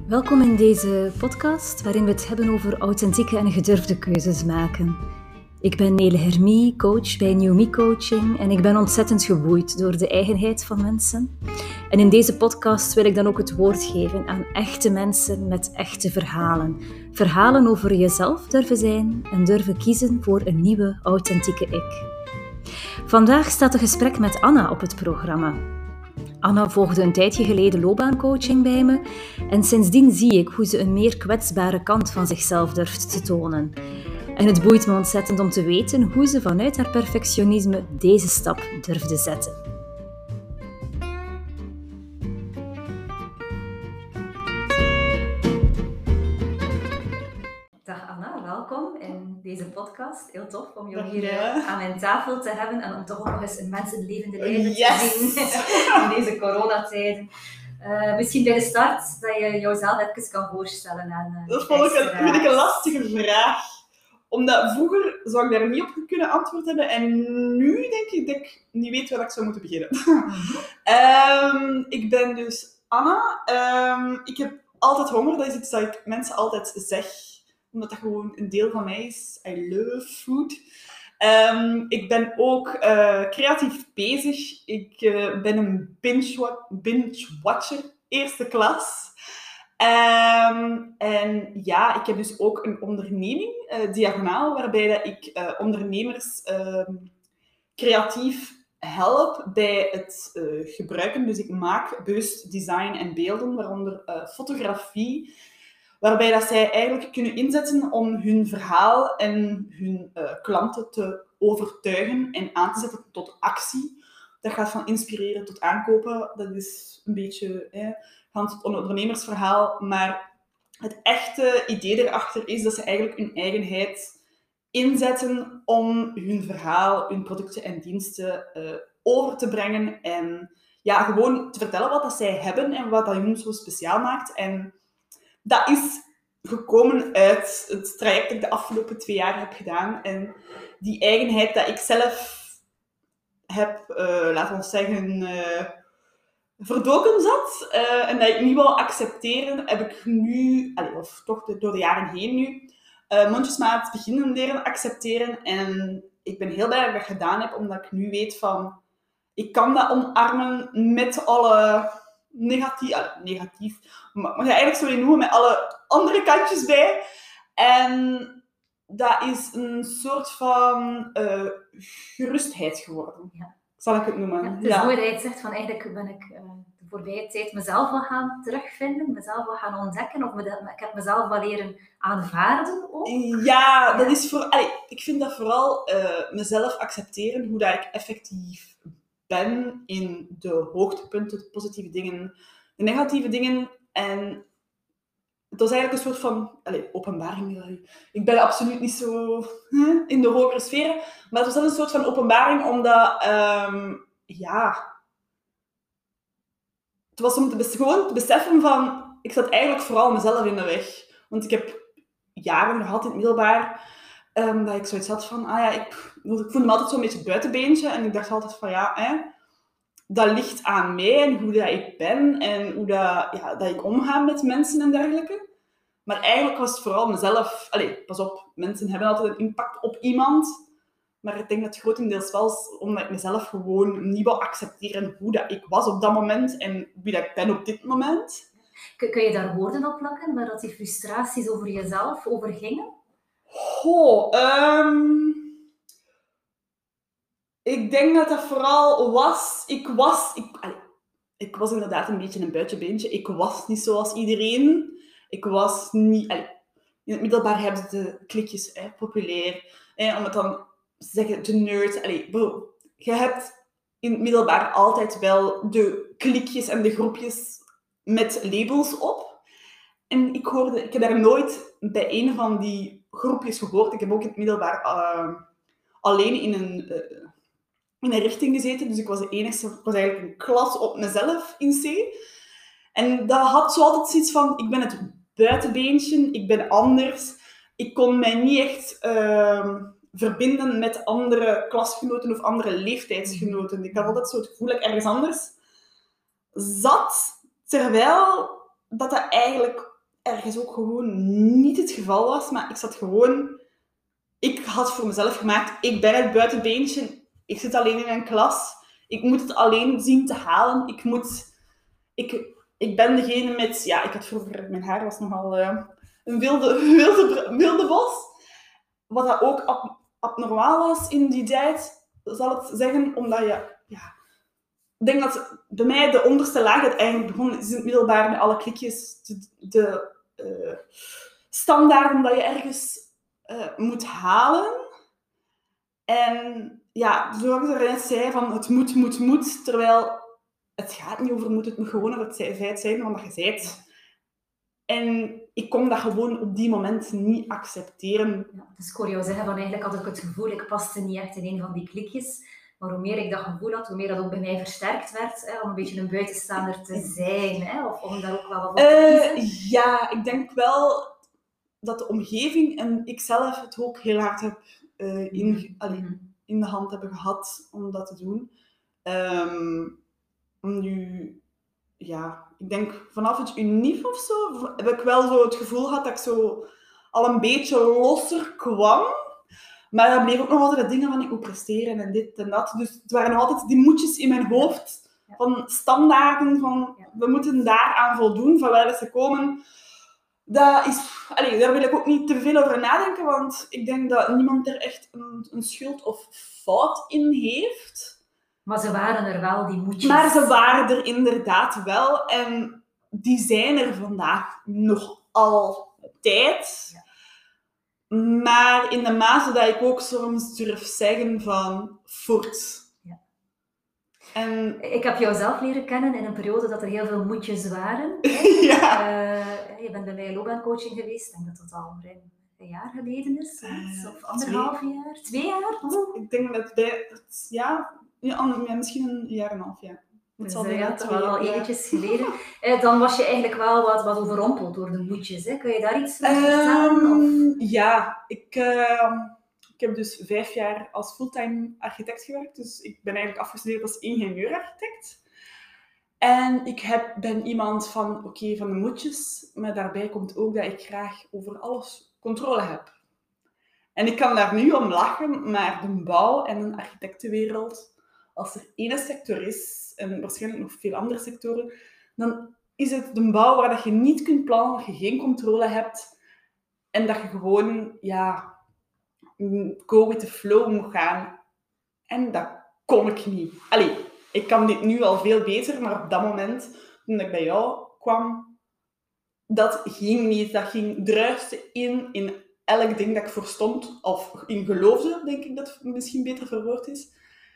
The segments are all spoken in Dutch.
Welkom in deze podcast waarin we het hebben over authentieke en gedurfde keuzes maken. Ik ben Nele Hermie, coach bij New Me Coaching en ik ben ontzettend geboeid door de eigenheid van mensen. En in deze podcast wil ik dan ook het woord geven aan echte mensen met echte verhalen. Verhalen over jezelf durven zijn en durven kiezen voor een nieuwe authentieke ik. Vandaag staat een gesprek met Anna op het programma. Anna volgde een tijdje geleden loopbaancoaching bij me en sindsdien zie ik hoe ze een meer kwetsbare kant van zichzelf durft te tonen. En het boeit me ontzettend om te weten hoe ze vanuit haar perfectionisme deze stap durfde zetten. Dag Anna, welkom in deze podcast. Heel tof om jou hier aan mijn tafel te hebben en om toch ook nog eens een mens in levende lijven te zien in deze coronatijden. Misschien bij de start dat je jouzelf even kan voorstellen aan dat vind ik een lastige vraag. Omdat vroeger zou ik daar niet op kunnen antwoord hebben en nu denk ik dat ik niet weet waar ik zou moeten beginnen. Ik ben dus Anna. Ik heb altijd honger, dat is iets dat ik mensen altijd zeg. Omdat dat gewoon een deel van mij is. I love food. Ik ben ook creatief bezig. Ik ben een binge-watcher, eerste klas. En ja, ik heb dus ook een onderneming, Diagonaal, waarbij dat ik ondernemers creatief help bij het gebruiken. Dus ik maak bewust design en beelden, waaronder fotografie, waarbij dat zij eigenlijk kunnen inzetten om hun verhaal en hun klanten te overtuigen en aan te zetten tot actie. Dat gaat van inspireren tot aankopen. Dat is een beetje het ondernemersverhaal. Maar het echte idee erachter is dat ze eigenlijk hun eigenheid inzetten om hun verhaal, hun producten en diensten over te brengen. En ja, gewoon te vertellen wat dat zij hebben en wat dat hun zo speciaal maakt. En dat is gekomen uit het traject dat ik de afgelopen 2 jaar heb gedaan. En die eigenheid dat ik zelf heb, laten we zeggen, verdoken zat. En dat ik niet wil accepteren, heb ik nu, of toch door de jaren heen nu, mondjesmaat beginnen leren accepteren. En ik ben heel blij dat ik dat gedaan heb, omdat ik nu weet van, ik kan dat omarmen met alle negatief, maar je eigenlijk zo noemen met alle andere kantjes bij. En dat is een soort van gerustheid geworden, zal ik het noemen. Ja, het is mooi dat je het zegt, van eigenlijk ben ik de voorbije tijd mezelf wel gaan terugvinden, mezelf wel gaan ontdekken, of ik heb mezelf wel leren aanvaarden ook. Ja, dat is ik vind dat vooral mezelf accepteren, hoe dat ik effectief ben in de hoogtepunten, de positieve dingen, de negatieve dingen. En het was eigenlijk een soort van openbaring. Ik ben absoluut niet zo in de hogere sferen, maar het was wel een soort van openbaring, omdat het was om gewoon te beseffen van, ik zat eigenlijk vooral mezelf in de weg. Want ik heb jaren gehad in het middelbaar dat ik zoiets had van, ik voelde me altijd zo'n beetje buitenbeentje. En ik dacht altijd van, dat ligt aan mij en hoe dat ik ben en hoe dat ik omga met mensen en dergelijke. Maar eigenlijk was het vooral mezelf. Pas op, mensen hebben altijd een impact op iemand. Maar ik denk dat het grotendeels was omdat ik mezelf gewoon niet wil accepteren hoe dat ik was op dat moment en wie dat ik ben op dit moment. Kun je daar woorden op plakken, waar dat die frustraties over jezelf over gingen? Ik denk dat dat vooral was... Ik was inderdaad een beetje een buitenbeentje. Ik was niet zoals iedereen. Ik was niet... in het middelbaar hebben ze de klikjes, populair. Om het dan te zeggen, de nerd. Je hebt in het middelbaar altijd wel de klikjes en de groepjes met labels op. En ik heb daar nooit bij een van die groepjes gehoord. Ik heb ook in het middelbaar alleen in een richting gezeten. Dus ik was de enige, ik was eigenlijk een klas op mezelf in C. En dat had zo altijd zoiets van, ik ben het buitenbeentje, ik ben anders. Ik kon mij niet echt verbinden met andere klasgenoten of andere leeftijdsgenoten. Ik had altijd zo het gevoel dat ik ergens anders zat, terwijl dat eigenlijk ergens ook gewoon niet het geval was, maar ik zat gewoon... Ik had voor mezelf gemaakt, ik ben het buitenbeentje, ik zit alleen in een klas, ik moet het alleen zien te halen, ik ben degene met... Ja, ik had vroeger... Mijn haar was nogal een wilde bos. Wat dat ook abnormaal was in die tijd, zal het zeggen, omdat je... Ja, ik denk dat bij mij de onderste laag het eigenlijk begon is in het middelbaar met alle klikjes, de standaarden dat je ergens moet halen. En ja, zoals ik er net zei, van het moet, terwijl het gaat niet over moet, het moet gewoon over het feit zijn van dat je zijt. En ik kon dat gewoon op die moment niet accepteren. Ja, dus ik hoor jou zeggen van eigenlijk had ik het gevoel, ik paste niet echt in een van die klikjes. Maar hoe meer ik dat gevoel had, hoe meer dat ook bij mij versterkt werd, om een beetje een buitenstaander te zijn, of om daar ook wel wat op te kiezen. Ja, ik denk wel dat de omgeving en ikzelf het ook heel hard heb in de hand hebben gehad om dat te doen. Nu, ja, ik denk vanaf het unief of zo, heb ik wel zo het gevoel gehad dat ik zo al een beetje losser kwam. Maar dat bleef ook nog altijd de dingen van ik moet presteren en dit en dat. Dus het waren nog altijd die moedjes in mijn hoofd van standaarden van we moeten daaraan voldoen, van waar ze komen. Dat is, daar wil ik ook niet te veel over nadenken, want ik denk dat niemand er echt een schuld of fout in heeft. Maar ze waren er wel, die moedjes. Maar ze waren er inderdaad wel. En die zijn er vandaag nog altijd. Ja. Maar in de mate dat ik ook soms durf zeggen van voort. Ja. En... Ik heb jou zelf leren kennen in een periode dat er heel veel moedjes waren. Ja. Je bent bij mij loopbaancoaching geweest. Ik denk dat dat al ruim een jaar geleden is. Of 1,5 jaar? 2 jaar? Ik denk dat bij... Ja, misschien een jaar en een half jaar. Dat zal toch wel al eventjes geleden. Dan was je eigenlijk wel wat overrompeld door de moedjes. Hè? Kun je daar iets over vertellen? Ja, ik heb dus 5 jaar als fulltime architect gewerkt. Dus ik ben eigenlijk afgestudeerd als ingenieur-architect. En ik ben iemand van de moedjes. Maar daarbij komt ook dat ik graag over alles controle heb. En ik kan daar nu om lachen, maar de bouw en de architectenwereld... Als er één sector is, en waarschijnlijk nog veel andere sectoren, dan is het de bouw waar dat je niet kunt plannen, dat je geen controle hebt en dat je gewoon, go with the flow moet gaan. En dat kon ik niet. Ik kan dit nu al veel beter, maar op dat moment, toen ik bij jou kwam, dat ging niet. Dat ging druiste in elk ding dat ik voor stond, of in geloofde, denk ik dat het misschien beter verwoord is.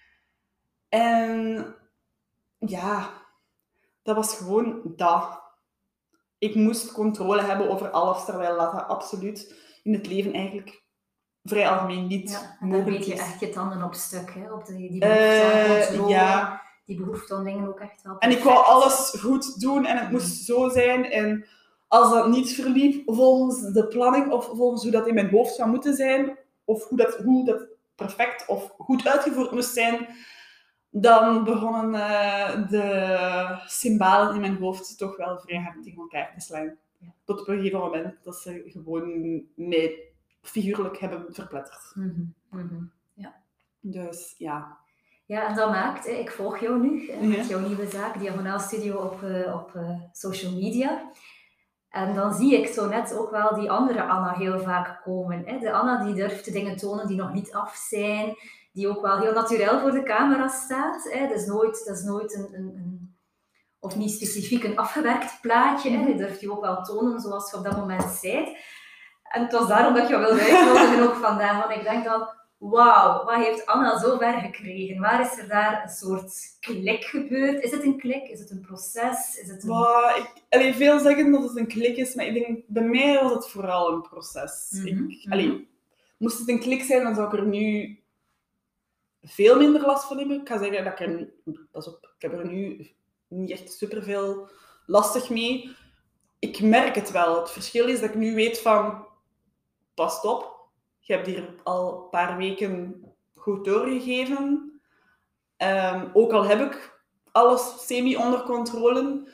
En ja, dat was gewoon dat. Ik moest controle hebben over alles, terwijl dat absoluut in het leven eigenlijk vrij algemeen niet mogelijk is. En dan weet je echt je tanden op stuk, hè? Op die behoefte aan controle, die behoefte om dingen ook echt wel perfect. En ik wou alles goed doen en het moest zo zijn. En als dat niet verliep volgens de planning of volgens hoe dat in mijn hoofd zou moeten zijn, of hoe dat perfect of goed uitgevoerd moest zijn, dan begonnen de cymbalen in mijn hoofd toch wel vrij hard tegen elkaar te slaan. Ja. Tot op een gegeven moment dat ze gewoon mij figuurlijk hebben verpletterd. Ja. Dus ja. Ja, en dat maakt, ik volg jou nu met jouw nieuwe zaak, Diagonaal Studio op social media. En dan zie ik zo net ook wel die andere Anna heel vaak komen. Hè? De Anna die durft dingen tonen die nog niet af zijn, die ook wel heel natuurlijk voor de camera staat. Hè? Dat is nooit een of niet specifiek een afgewerkt plaatje. Hè? Je durft je ook wel tonen zoals je op dat moment zijt. En het was daarom dat ik jou wilde uitnodigen ook vandaag. Want ik denk dan, wauw, wat heeft Anna zo ver gekregen? Waar is er daar een soort klik gebeurd? Is het een klik? Is het een proces? Is het een... veel zeggen dat het een klik is, maar ik denk, bij mij was het vooral een proces. Moest het een klik zijn, dan zou ik er nu veel minder last van hebben. Ik ga zeggen dat ik heb er nu niet echt superveel lastig mee. Ik merk het wel. Het verschil is dat ik nu weet van, pas op. Je hebt hier al een paar weken goed doorgegeven. Ook al heb ik alles semi onder controle,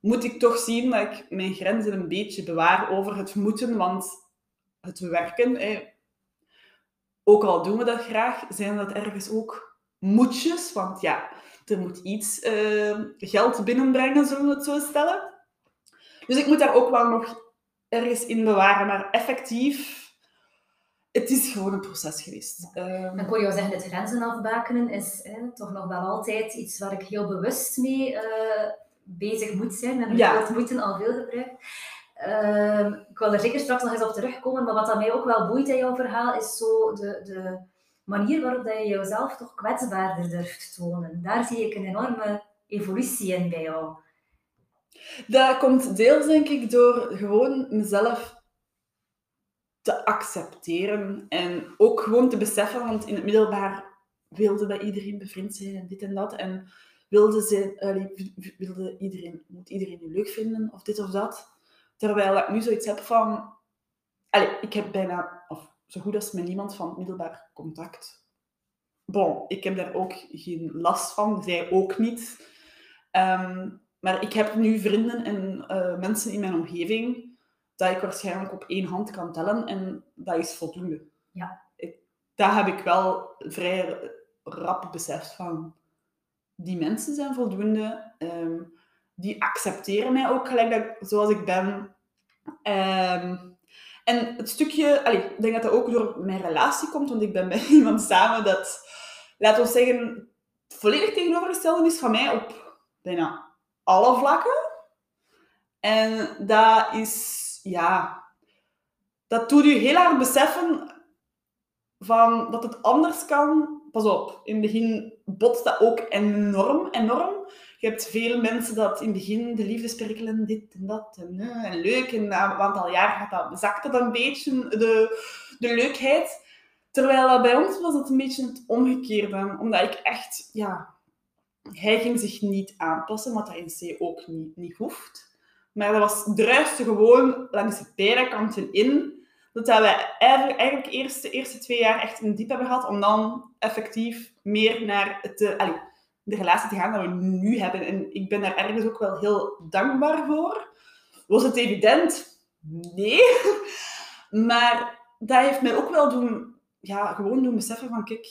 moet ik toch zien dat ik mijn grenzen een beetje bewaar over het moeten, want het werken, ook al doen we dat graag, zijn dat ergens ook moetjes, want ja, er moet iets geld binnenbrengen, zullen we het zo stellen. Dus ik moet daar ook wel nog ergens in bewaren, maar effectief, het is gewoon een proces geweest. Ik hoor jou zeggen, het grenzen afbakenen is toch nog wel altijd iets waar ik heel bewust mee bezig moet zijn. En het woord moeten al veel gebruikt. Ik wil er zeker straks nog eens op terugkomen, maar wat mij ook wel boeit in jouw verhaal, is zo de manier waarop dat je jezelf toch kwetsbaarder durft tonen. Daar zie ik een enorme evolutie in bij jou. Dat komt deels, denk ik, door gewoon mezelf te accepteren en ook gewoon te beseffen, want in het middelbaar wilde bij iedereen bevriend zijn en dit en dat. En moet iedereen je leuk vinden of dit of dat. Terwijl ik nu zoiets heb van... ik heb bijna, of zo goed als met niemand van het middelbaar contact. Bon, ik heb daar ook geen last van, zij ook niet. Maar ik heb nu vrienden en mensen in mijn omgeving dat ik waarschijnlijk op 1 hand kan tellen en dat is voldoende. Ja. Dat heb ik wel vrij rap beseft van... Die mensen zijn voldoende. Die accepteren mij ook gelijk zoals ik ben. En het stukje... ik denk dat dat ook door mijn relatie komt, want ik ben met iemand samen dat, laten we zeggen, volledig tegenovergesteld is van mij op bijna alle vlakken. En dat is... Ja... Dat doet je heel hard beseffen van dat het anders kan. Pas op, in het begin botst dat ook enorm. Je hebt veel mensen dat in het begin de liefde sperkelen, dit en dat en leuk. En na een aantal jaar zakt dat een beetje, de leukheid. Terwijl dat bij ons was het een beetje het omgekeerde. Omdat ik echt, hij ging zich niet aanpassen, wat dat in C ook niet hoeft. Maar dat was druiste gewoon langs beide kanten in. Dat we eigenlijk eerst de eerste 2 jaar echt een diep hebben gehad, om dan effectief meer naar de relatie te gaan dat we nu hebben. En ik ben daar ergens ook wel heel dankbaar voor. Was het evident? Nee. Maar dat heeft mij ook wel gewoon doen beseffen van, kijk,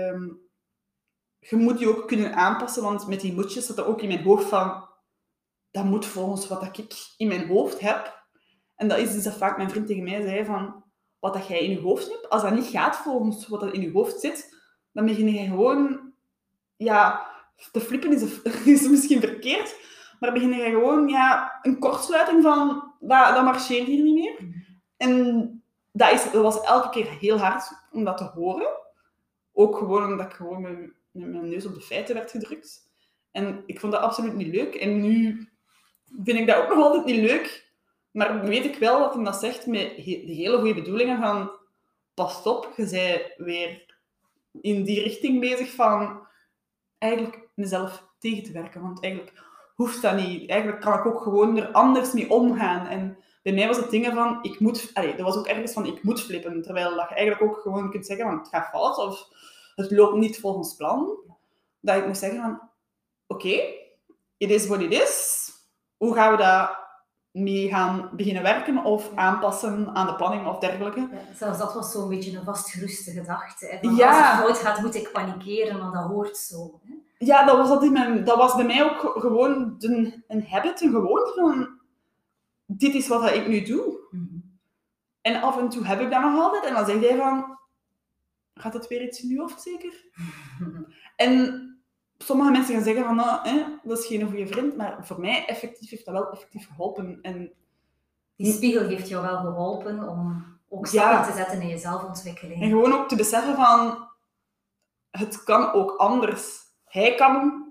je moet je ook kunnen aanpassen, want met die moedjes zat er ook in mijn hoofd van, dat moet volgens wat ik in mijn hoofd heb. En dat is dus dat vaak mijn vriend tegen mij zei van, wat dat jij in je hoofd hebt, als dat niet gaat volgens wat er in je hoofd zit, dan begin je gewoon, te flippen is misschien verkeerd, maar begin je gewoon, een kortsluiting van, dat marcheert hier niet meer. En dat was elke keer heel hard om dat te horen. Ook gewoon omdat ik gewoon met mijn neus op de feiten werd gedrukt. En ik vond dat absoluut niet leuk. En nu vind ik dat ook nog altijd niet leuk. Maar weet ik wel dat hij dat zegt met de hele goede bedoelingen van... Pas op, je bent weer in die richting bezig van... Eigenlijk mezelf tegen te werken. Want eigenlijk hoeft dat niet. Eigenlijk kan ik ook gewoon er anders mee omgaan. En bij mij was het dingen van... dat was ook ergens van, ik moet flippen. Terwijl dat je eigenlijk ook gewoon kunt zeggen van... Het gaat fout of het loopt niet volgens plan. Dat ik moet zeggen van... Oké, it is what it is. Hoe gaan we dat mee gaan beginnen werken of aanpassen aan de planning of dergelijke? Ja, zelfs dat was zo'n beetje een vastgeroeste gedachte. Van, als het fout gaat, moet ik panikeren, want dat hoort zo. Hè? Ja, dat was bij mij ook gewoon een habit, een gewoonte van... Dit is wat ik nu doe. Mm-hmm. En af en toe heb ik dat nog altijd. En dan zeg jij van... Gaat het weer iets in je hoofd, zeker? En... Sommige mensen gaan zeggen van, dat is geen goede vriend, maar voor mij heeft dat wel effectief geholpen. En die spiegel heeft jou wel geholpen om ook stappen te zetten in je zelfontwikkeling. En gewoon ook te beseffen van, het kan ook anders. Hij kan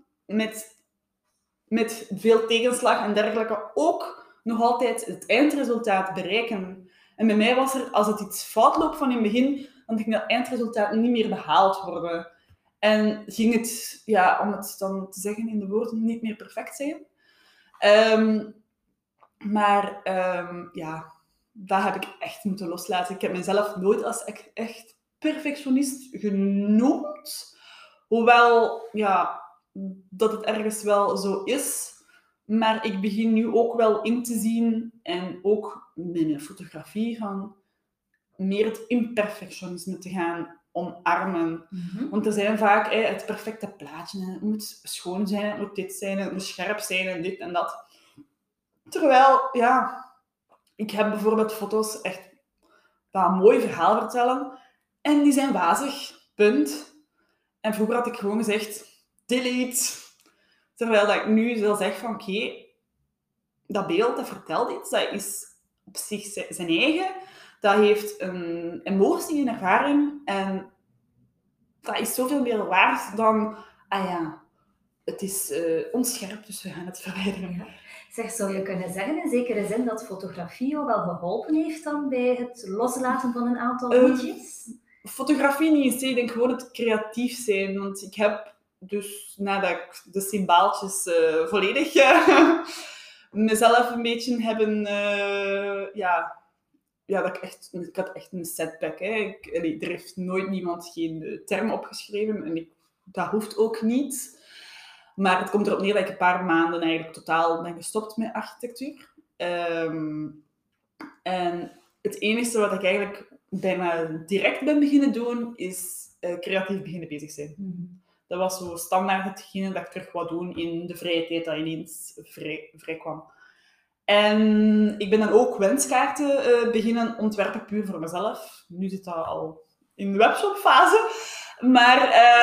met veel tegenslag en dergelijke ook nog altijd het eindresultaat bereiken. En bij mij was er, als het iets fout loopt van in het begin, dan ging dat eindresultaat niet meer behaald worden. En ging het, om het dan te zeggen in de woorden, niet meer perfect zijn. Maar dat heb ik echt moeten loslaten. Ik heb mezelf nooit als echt perfectionist genoemd. Hoewel, dat het ergens wel zo is. Maar ik begin nu ook wel in te zien, en ook met mijn fotografie, van meer het imperfectionisme te gaan omarmen. Want er zijn vaak het perfecte plaatje. Het moet schoon zijn, het moet dit zijn, het moet scherp zijn en dit en dat. Terwijl, ja, ik heb bijvoorbeeld foto's echt dat een mooi verhaal vertellen. En die zijn wazig. Punt. En vroeger had ik gewoon gezegd, delete. Terwijl dat ik nu zal zeggen van, oké, dat beeld, dat vertelt iets. Dat is op zich zijn eigen. Dat heeft een emotie, een ervaring. En dat is zoveel meer waard dan, ah ja, het is onscherp, dus we gaan het verwijderen. Ja. Zeg, zou je kunnen zeggen in zekere zin dat fotografie jou wel geholpen heeft dan bij het loslaten van een aantal liedjes? Fotografie niet eens, ik denk gewoon het creatief zijn. Want ik heb dus, nadat ik de cymbaaltjes volledig mezelf een beetje hebben... dat ik had echt een setback. Hè. Er heeft nooit niemand geen term opgeschreven. En dat hoeft ook niet. Maar het komt erop neer dat ik een paar maanden eigenlijk totaal ben gestopt met architectuur. En het enige wat ik eigenlijk bijna direct ben beginnen doen, is creatief beginnen bezig zijn. Dat was zo standaard hetgene dat ik terug wou doen in de vrije tijd dat ineens vrij kwam. En ik ben dan ook wenskaarten beginnen ontwerpen, puur voor mezelf. Nu zit dat al in de webshopfase. Maar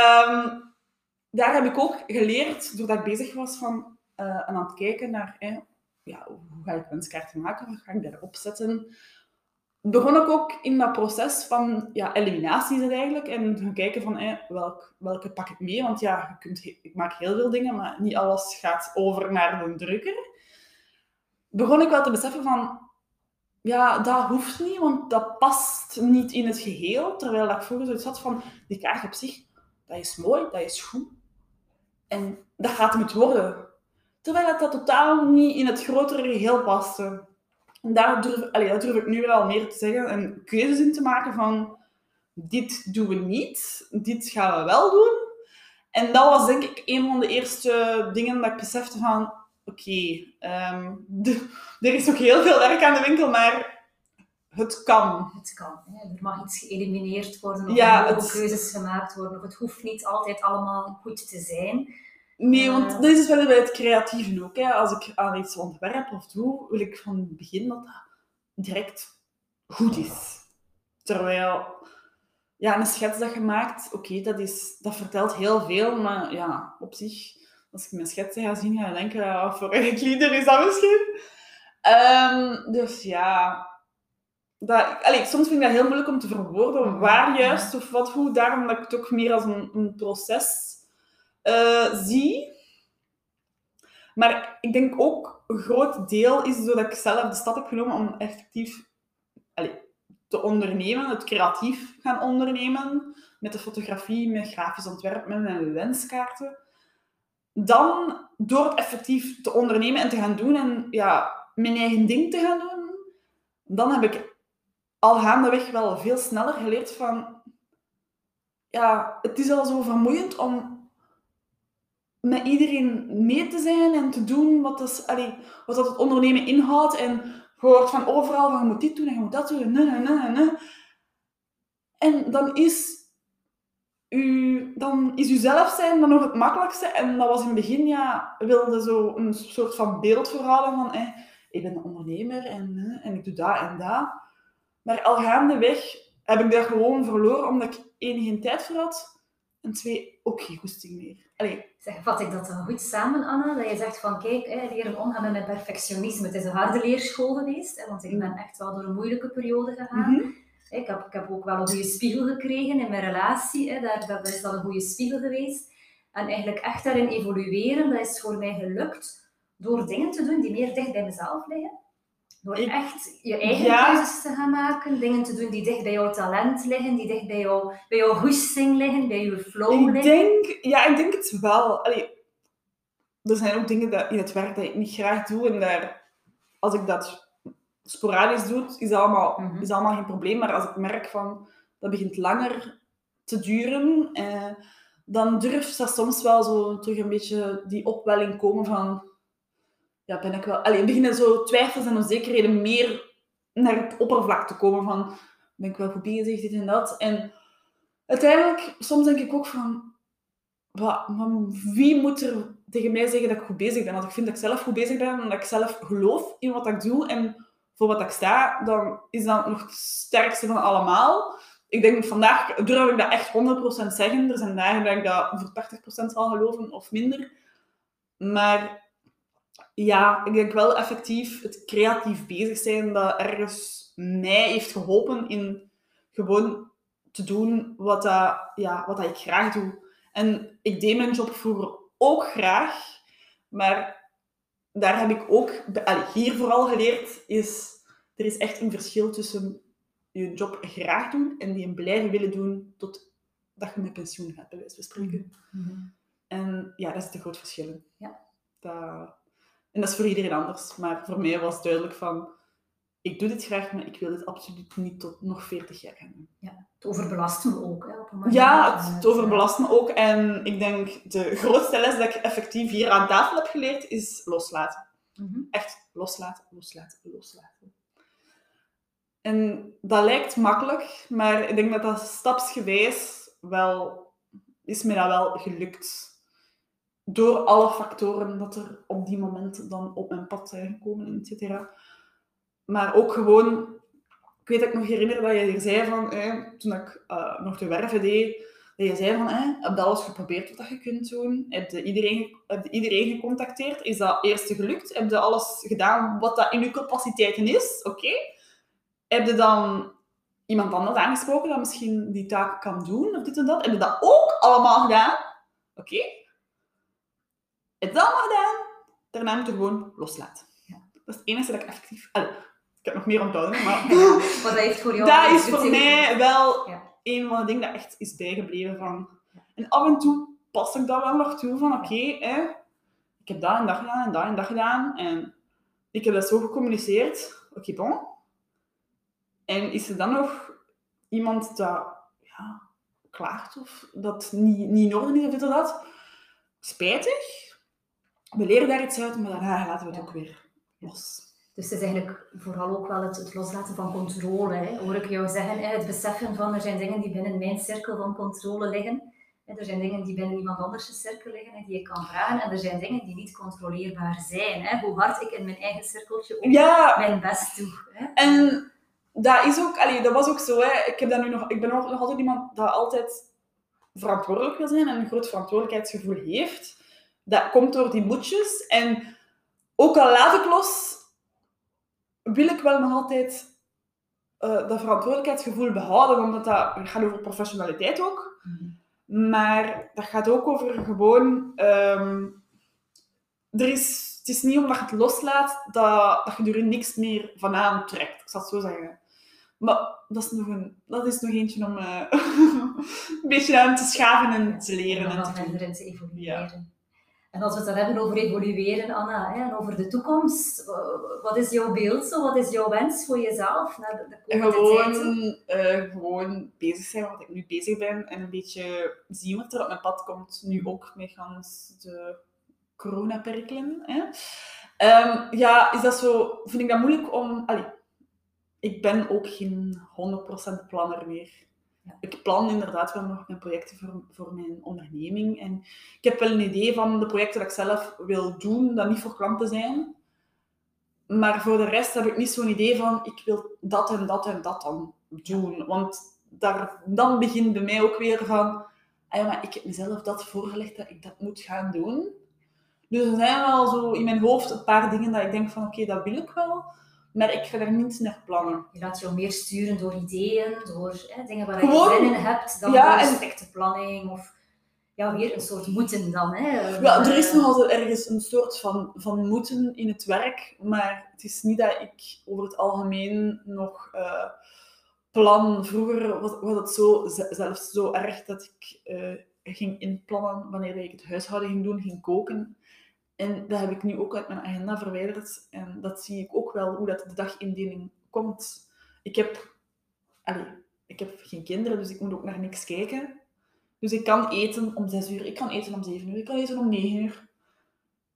daar heb ik ook geleerd, doordat ik bezig was van aan het kijken naar hoe ga ik wenskaarten maken, wat ga ik daarop zetten. Begon ik ook in dat proces van eliminatie is het eigenlijk. En gaan kijken van welke pak ik mee. Want ja, ik maak heel veel dingen, maar niet alles gaat over naar de drukker. Begon ik wel te beseffen van, ja, dat hoeft niet, want dat past niet in het geheel. Terwijl ik vroeger zoiets had van, die kaart op zich, dat is mooi, dat is goed. En dat gaat het worden. Terwijl dat totaal niet in het grotere geheel paste. En daar durf ik nu wel meer te zeggen en keuzes in te maken van, dit doen we niet, dit gaan we wel doen. En dat was denk ik een van de eerste dingen dat ik besefte van, oké, er is nog heel veel werk aan de winkel, maar het kan. Het kan. Hè. Er mag iets geëlimineerd worden, of Ja, er mogen keuzes gemaakt worden, of het hoeft niet altijd allemaal goed te zijn. Nee, want dat is dus wel bij het creatieve ook. Hè. Als ik aan iets ontwerp of doe, wil ik van het begin dat dat direct goed is. Terwijl, ja, een schets dat je maakt, oké, dat vertelt heel veel, maar ja, op zich, als ik mijn schetsen ga zien, ga je denken, voor een lieder is dat misschien. Dus ja, soms vind ik dat heel moeilijk om te verwoorden, waar juist of wat, hoe. Daarom dat ik het ook meer als een proces zie. Maar ik denk ook, een groot deel is doordat ik zelf de stap heb genomen om effectief te ondernemen, het creatief gaan ondernemen, met de fotografie, met grafisch ontwerpen en wenskaarten. Dan, door het effectief te ondernemen en te gaan doen en mijn eigen ding te gaan doen, dan heb ik al gaandeweg wel veel sneller geleerd van, het is al zo vermoeiend om met iedereen mee te zijn en te doen wat dat het ondernemen inhoudt. En je hoort van overal van, je moet dit doen en je moet dat doen. En dan is je zelf zijn dan nog het makkelijkste. En dat was in het begin, wilde zo een soort van beeld voorhouden van, ik ben een ondernemer en ik doe dat en dat. Maar al gaandeweg heb ik dat gewoon verloren, omdat ik 1 geen tijd voor had. En 2, ook geen goesting meer. Zeg, vat ik dat dan goed samen, Anna? Dat je zegt van, kijk, leren omgaan met mijn perfectionisme. Het is een harde leerschool geweest, want ik ben echt wel door een moeilijke periode gegaan. Ik heb ook wel een goede spiegel gekregen in mijn relatie. Dat is dan een goede spiegel geweest. En eigenlijk echt daarin evolueren, dat is voor mij gelukt door dingen te doen die meer dicht bij mezelf liggen. Door echt je eigen keuzes te gaan maken, dingen te doen die dicht bij jouw talent liggen, die dicht bij jouw goesting liggen, bij jouw flow liggen. Ik denk het wel. Er zijn ook dingen in het werk dat ik niet graag doe. En als ik dat sporadisch doe, is dat allemaal geen probleem. Maar als ik merk van, dat begint langer te duren, dan durft dat soms wel zo terug een beetje die opwelling komen van, ja, ben ik wel... beginnen zo twijfels en onzekerheden meer naar het oppervlak te komen van, ben ik wel goed bezig, dit en dat. En uiteindelijk, soms denk ik ook van, maar wie moet er tegen mij zeggen dat ik goed bezig ben? Als ik vind dat ik zelf goed bezig ben en dat ik zelf geloof in wat ik doe en voor wat ik sta, dan is dat nog het sterkste van allemaal. Ik denk, vandaag durf ik dat echt 100% zeggen. Er zijn dagen dat ik dat voor 80% zal geloven of minder. Maar ja, ik denk wel effectief het creatief bezig zijn dat ergens mij heeft geholpen in gewoon te doen wat dat ik graag doe. En ik deed mijn job vroeger ook graag, maar daar heb ik ook, hier vooral geleerd, er is echt een verschil tussen je job graag doen en die blijven willen doen tot dat je met pensioen gaat, bij wijze van spreken. Mm-hmm. En ja, dat is een groot verschil in. Ja. En dat is voor iedereen anders. Maar voor mij was duidelijk van, ik doe dit graag, maar ik wil dit absoluut niet tot nog 40 jaar gaan doen. Ja, het overbelast me ook. Hè, op een manier. Ja, het overbelast me ook. En ik denk, de grootste les dat ik effectief hier aan tafel heb geleerd, is loslaten. Mm-hmm. Echt loslaten, loslaten, loslaten. En dat lijkt makkelijk, maar ik denk dat dat stapsgewijs is me dat wel gelukt. Door alle factoren dat er op die moment dan op mijn pad zijn gekomen, et cetera. Maar ook gewoon, ik weet dat ik nog herinner dat je hier zei van, toen ik nog de werven deed, dat je zei van, heb je alles geprobeerd wat je kunt doen? Heb je iedereen gecontacteerd? Is dat eerst gelukt? Heb je alles gedaan wat dat in je capaciteiten is? Oké. Heb je dan iemand anders aangesproken dat misschien die taak kan doen? Of dit en dat? Heb je dat ook allemaal gedaan? Oké. Heb je dat allemaal gedaan? Daarna moet je gewoon loslaten. Ja. Dat is het enige dat ik effectief... ik heb nog meer onthouden, maar... Wat dat heeft voor jou... Dat is voor mij wel een van de dingen dat echt is bijgebleven van... En af en toe pas ik dat wel nog toe van, oké, ik heb dat en dat gedaan en dat en dat gedaan. En ik heb dat zo gecommuniceerd. Oké, bon. En is er dan nog iemand dat klaagt of dat niet in orde is of dit of dat? Spijtig. We leren daar iets uit, maar daarna laten we het ook weer los. Dus het is eigenlijk vooral ook wel het loslaten van controle. Hè. Hoor ik jou zeggen, het beseffen van er zijn dingen die binnen mijn cirkel van controle liggen. Er zijn dingen die binnen iemand anders' cirkel liggen en die ik kan vragen. En er zijn dingen die niet controleerbaar zijn. Hè. Hoe hard ik in mijn eigen cirkeltje ook mijn best doe. Hè. En dat is ook, dat was ook zo. Hè. Ik ben nog altijd iemand dat altijd verantwoordelijk wil zijn en een groot verantwoordelijkheidsgevoel heeft. Dat komt door die moedjes. En ook al laat ik los, wil ik wel nog altijd dat verantwoordelijkheidsgevoel behouden, omdat dat gaat over professionaliteit ook. Mm-hmm. Maar dat gaat ook over gewoon... het is niet omdat je het loslaat dat je er niks meer van aantrekt. Ik zal het zo zeggen. Maar dat is nog eentje om een beetje aan te schaven en te leren. En verder in te evolueren. Ja. En als we het dan hebben over evolueren, Anna, en over de toekomst, wat is jouw beeld zo? Wat is jouw wens voor jezelf naar de komende tijd? Gewoon bezig zijn met wat ik nu bezig ben en een beetje zien wat er op mijn pad komt. Nu ook met de coronaperikelen. Is dat zo... Vind ik dat moeilijk om... ik ben ook geen 100% planner meer. Ja. Ik plan inderdaad wel nog mijn projecten voor mijn onderneming. En ik heb wel een idee van de projecten dat ik zelf wil doen, dat niet voor klanten zijn. Maar voor de rest heb ik niet zo'n idee van, ik wil dat en dat en dat dan doen. Want dan begint bij mij ook weer van, maar ik heb mezelf dat voorgelegd dat ik dat moet gaan doen. Dus er zijn wel zo in mijn hoofd een paar dingen dat ik denk van, oké, dat wil ik wel. Maar ik ga er niet naar plannen. Je laat jou meer sturen door ideeën, door dingen waar je zin in hebt, dan door een strikte planning of weer een soort moeten dan. Ja, er is nog altijd ergens een soort van moeten in het werk, maar het is niet dat ik over het algemeen nog plan. Vroeger was het zelfs zo erg dat ik ging inplannen wanneer ik het huishouden ging doen, ging koken. En dat heb ik nu ook uit mijn agenda verwijderd. En dat zie ik ook wel, hoe dat de dagindeling komt. Ik heb geen kinderen, dus ik moet ook naar niks kijken. Dus ik kan eten om 6 uur, ik kan eten om 7 uur, ik kan eten om 9 uur.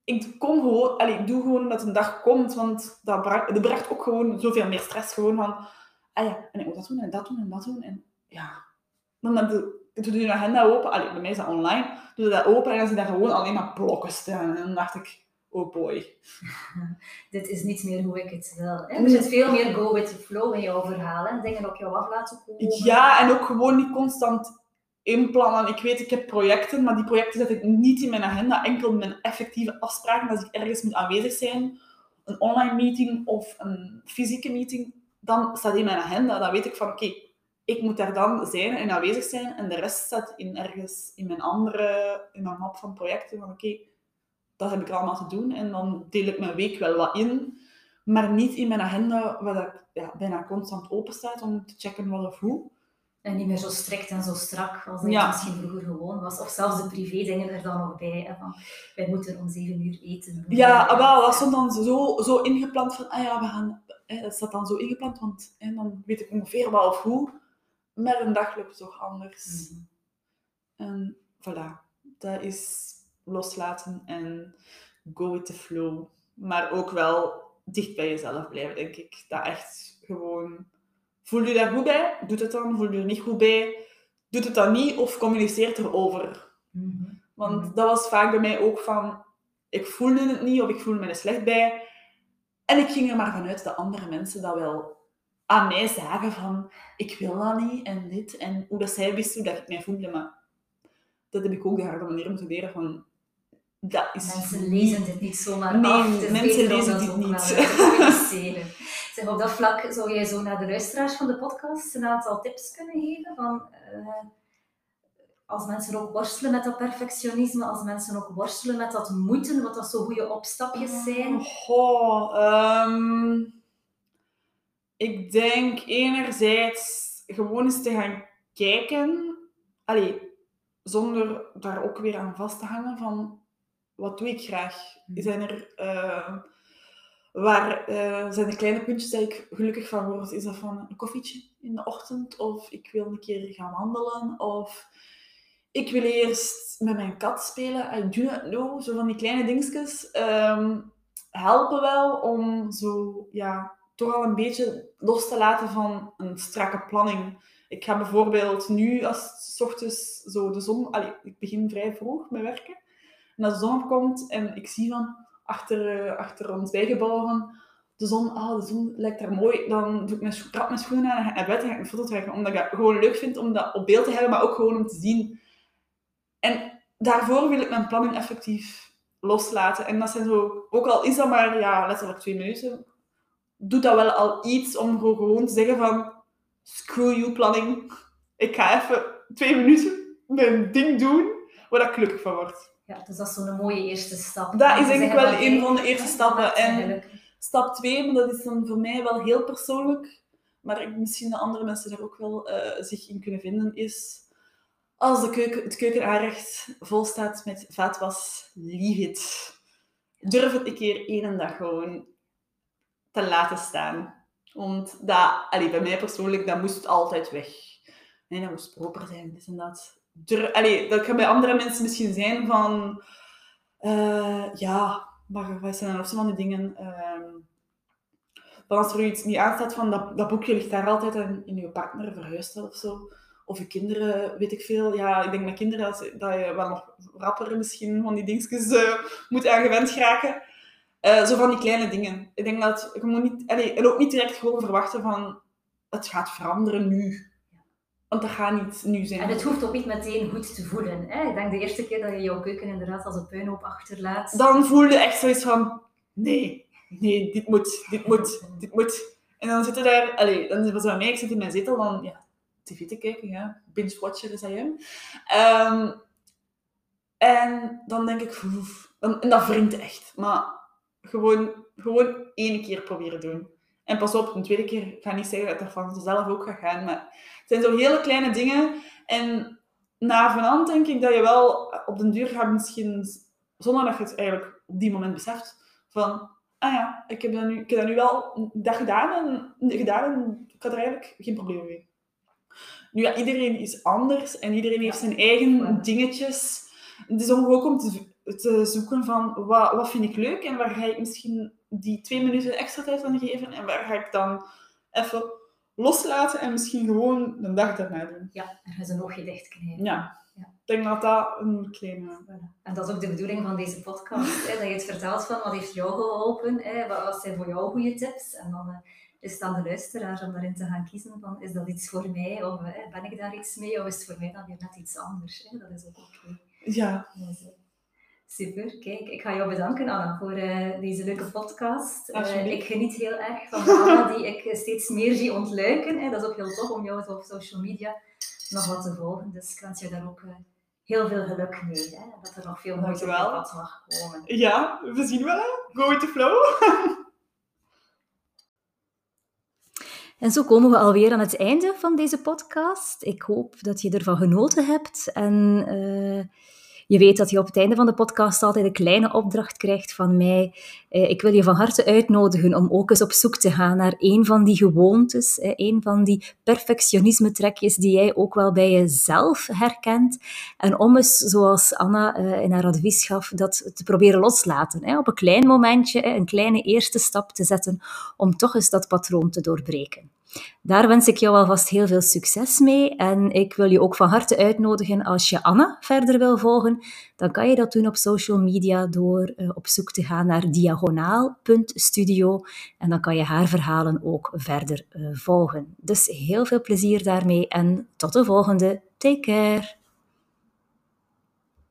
ik kom gewoon, ik doe gewoon dat een dag komt, want dat bracht ook gewoon zoveel meer stress. Gewoon van, en ik moet dat doen en dat doen en dat doen. En ja, dan doe je agenda open. Bij mij is dat online. Doe je dat open en dan zie je daar gewoon alleen maar blokken staan. En dan dacht ik, oh boy. Dit is niet meer hoe ik het wil. Hè? Er zit veel meer go with the flow in jouw verhaal. Hè? Dingen op jou af laten komen. Ja, en ook gewoon niet constant inplannen. Ik weet, ik heb projecten, maar die projecten zet ik niet in mijn agenda. Enkel mijn effectieve afspraken, als ik ergens moet aanwezig zijn. Een online meeting of een fysieke meeting. Dan staat in mijn agenda. Dan weet ik van, oké, ik moet daar dan zijn en aanwezig zijn. En de rest staat ergens in mijn map van projecten. Van oké, dat heb ik allemaal te doen. En dan deel ik mijn week wel wat in. Maar niet in mijn agenda, waar dat bijna constant open staat om te checken wat of hoe. En niet meer zo strikt en zo strak als dat je misschien vroeger gewoon was. Of zelfs de privé dingen er dan nog bij. Hè, van, wij moeten om 7 uur eten. Ja, wel, dat stond dan zo ingepland van, we gaan... dat staat dan zo ingepland, want dan weet ik ongeveer wat of hoe. Maar een dag loopt het toch anders. Mm-hmm. En voilà. Dat is loslaten en go with the flow. Maar ook wel dicht bij jezelf blijven, denk ik. Dat echt gewoon... Voel je daar goed bij? Doet het dan. Voel je er niet goed bij? Doet het dan niet of communiceert erover? Mm-hmm. Want dat was vaak bij mij ook van... Ik voelde het niet of ik voelde me er slecht bij. En ik ging er maar vanuit dat andere mensen dat wel aan mij zagen van... Ik wil dat niet en dit. En hoe dat zij wisten hoe dat ik mij voelde. Maar dat heb ik ook de harde manier om te leren van... Dat is mensen lezen dit niet zomaar nee, af. Nee, mensen lezen dit niet. Zeg, op dat vlak zou jij zo naar de luisteraars van de podcast een aantal tips kunnen geven? Van, als mensen ook worstelen met dat perfectionisme, als mensen ook worstelen met dat moeten, wat dat zo goede opstapjes zijn? Ik denk enerzijds gewoon eens te gaan kijken, zonder daar ook weer aan vast te hangen van... Wat doe ik graag? Zijn er kleine puntjes dat ik gelukkig van word? Is dat van een koffietje in de ochtend? Of ik wil een keer gaan wandelen? Of ik wil eerst met mijn kat spelen? I do not know. Zo van die kleine dingetjes helpen wel om zo, toch al een beetje los te laten van een strakke planning. Ik ga bijvoorbeeld nu, als het 's ochtends zo de zon... ik begin vrij vroeg met werken. En als de zon opkomt en ik zie van achter ons bijgebouw van de zon lijkt daar mooi, dan doe ik trap mijn schoenen aan en ga ik naar buiten en ga ik een foto trekken, omdat ik dat gewoon leuk vind om dat op beeld te hebben, maar ook gewoon om te zien. En daarvoor wil ik mijn planning effectief loslaten. En dat zijn zo, ook al is dat maar letterlijk 2 minuten, doet dat wel al iets om gewoon te zeggen van screw you planning. Ik ga even 2 minuten mijn ding doen waar ik gelukkig van word. Ja, dus dat is zo'n mooie eerste stap. Dat is denk ik wel een van de eerste stappen. En stap 2, maar dat is dan voor mij wel heel persoonlijk, maar misschien dat andere mensen daar ook wel zich in kunnen vinden, is als het keukenaanrecht vol staat met vaatwas, leave it. Durf het een keer 1 dag gewoon te laten staan. Want bij mij persoonlijk, dat moest altijd weg. Nee, dat moest proper zijn, dit en dat. Dat kan bij andere mensen misschien zijn van... maar wat zijn er nog zo van die dingen? Van als er iets niet aanstaat van dat boekje ligt daar altijd in je partner verhuisd of zo. Of je kinderen, weet ik veel. Ja, ik denk met kinderen dat je wel nog rapper misschien van die dingetjes moet aangewend geraken. Zo van die kleine dingen. Ik denk dat je moet niet... en ook niet direct gewoon verwachten van... Het gaat veranderen nu. Want dat gaat niet nu zijn. En het hoeft ook niet meteen goed te voelen. Hè? Ik denk de eerste keer dat je jouw keuken inderdaad als een puinhoop achterlaat. Dan voel je echt zoiets van... Nee, dit moet. En dan zit je daar... dan was het mij, ik zit in mijn zetel, dan tv te kijken, binge-watcher is I am. En dan denk ik... En dat wringt echt. Maar gewoon 1 keer proberen doen. En pas op, een tweede keer ga niet zeggen dat dat van zelf ook gaat gaan. Maar het zijn zo hele kleine dingen. En na vanavond denk ik dat je wel op den duur gaat misschien... Zonder dat je het eigenlijk op die moment beseft. Van, ik heb dat nu wel een dag gedaan. En ik had er eigenlijk geen probleem mee. Nu, iedereen is anders. En iedereen heeft zijn eigen dingetjes. Het is ook om te zoeken van wat vind ik leuk en waar ga ik misschien die 2 minuten extra tijd aan geven en waar ga ik dan even loslaten en misschien gewoon de dag daarna doen. Ja, er is een oogje dichtknijpen. Ja. Ik denk dat dat een kleine... Voilà. En dat is ook de bedoeling van deze podcast, dat je het vertelt van wat heeft jou geholpen, wat zijn voor jou goede tips. En dan is het aan de luisteraar om daarin te gaan kiezen van, is dat iets voor mij, of ben ik daar iets mee, of is het voor mij dan weer net iets anders. Dat is ook oké. Ja. Dus, super, kijk, ik ga jou bedanken, Anna, voor deze leuke podcast. Ik geniet heel erg van Anna, die ik steeds meer zie ontluiken. Dat is ook heel tof om jou op social media nog wat te volgen. Dus ik wens je daar ook heel veel geluk mee. Hè? Dat er nog veel moois op je pad mag komen. Ja, we zien wel. Go with the flow. En zo komen we alweer aan het einde van deze podcast. Ik hoop dat je ervan genoten hebt. En je weet dat je op het einde van de podcast altijd een kleine opdracht krijgt van mij. Ik wil je van harte uitnodigen om ook eens op zoek te gaan naar een van die gewoontes, een van die perfectionisme-trekjes die jij ook wel bij jezelf herkent. En om eens, zoals Anna in haar advies gaf, dat te proberen loslaten. Op een klein momentje, een kleine eerste stap te zetten om toch eens dat patroon te doorbreken. Daar wens ik jou alvast heel veel succes mee en ik wil je ook van harte uitnodigen als je Anna verder wil volgen, dan kan je dat doen op social media door op zoek te gaan naar diagonaal.studio en dan kan je haar verhalen ook verder volgen. Dus heel veel plezier daarmee en tot de volgende. Take care!